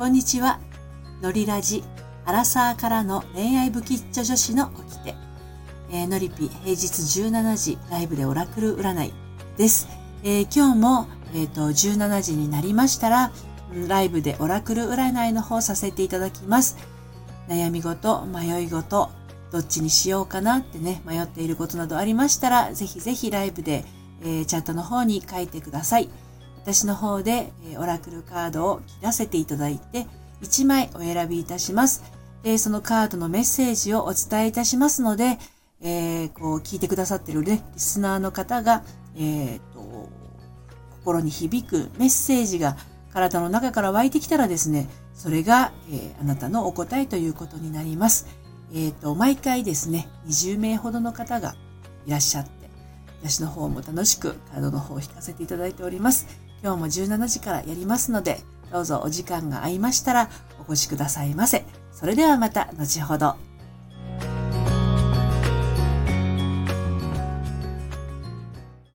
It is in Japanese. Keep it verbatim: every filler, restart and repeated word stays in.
こんにちは。のりラジ、アラサーからの恋愛不吉祥女子の起きて。えー、のりぴ、平日じゅうしちじ、ライブでオラクル占いです。えー、今日も、えーと、じゅうしちじになりましたら、ライブでオラクル占いの方させていただきます。悩み事、迷い事、どっちにしようかなってね、迷っていることなどありましたら、ぜひぜひライブで、えー、チャットの方に書いてください。私の方で、えー、オラクルカードを切らせていただいて、いちまいお選びいたします。で、そのカードのメッセージをお伝えいたしますので、えー、こう聞いてくださっているね、リスナーの方が、えーと、心に響くメッセージが体の中から湧いてきたらですね、それが、えー、あなたのお答えということになります。えーと、毎回ですね、にじゅうめいほどの方がいらっしゃって、私の方も楽しくカードの方を引かせていただいております。今日もじゅうしちじからやりますので、どうぞお時間が合いましたらお越しくださいませ。それではまた後ほど。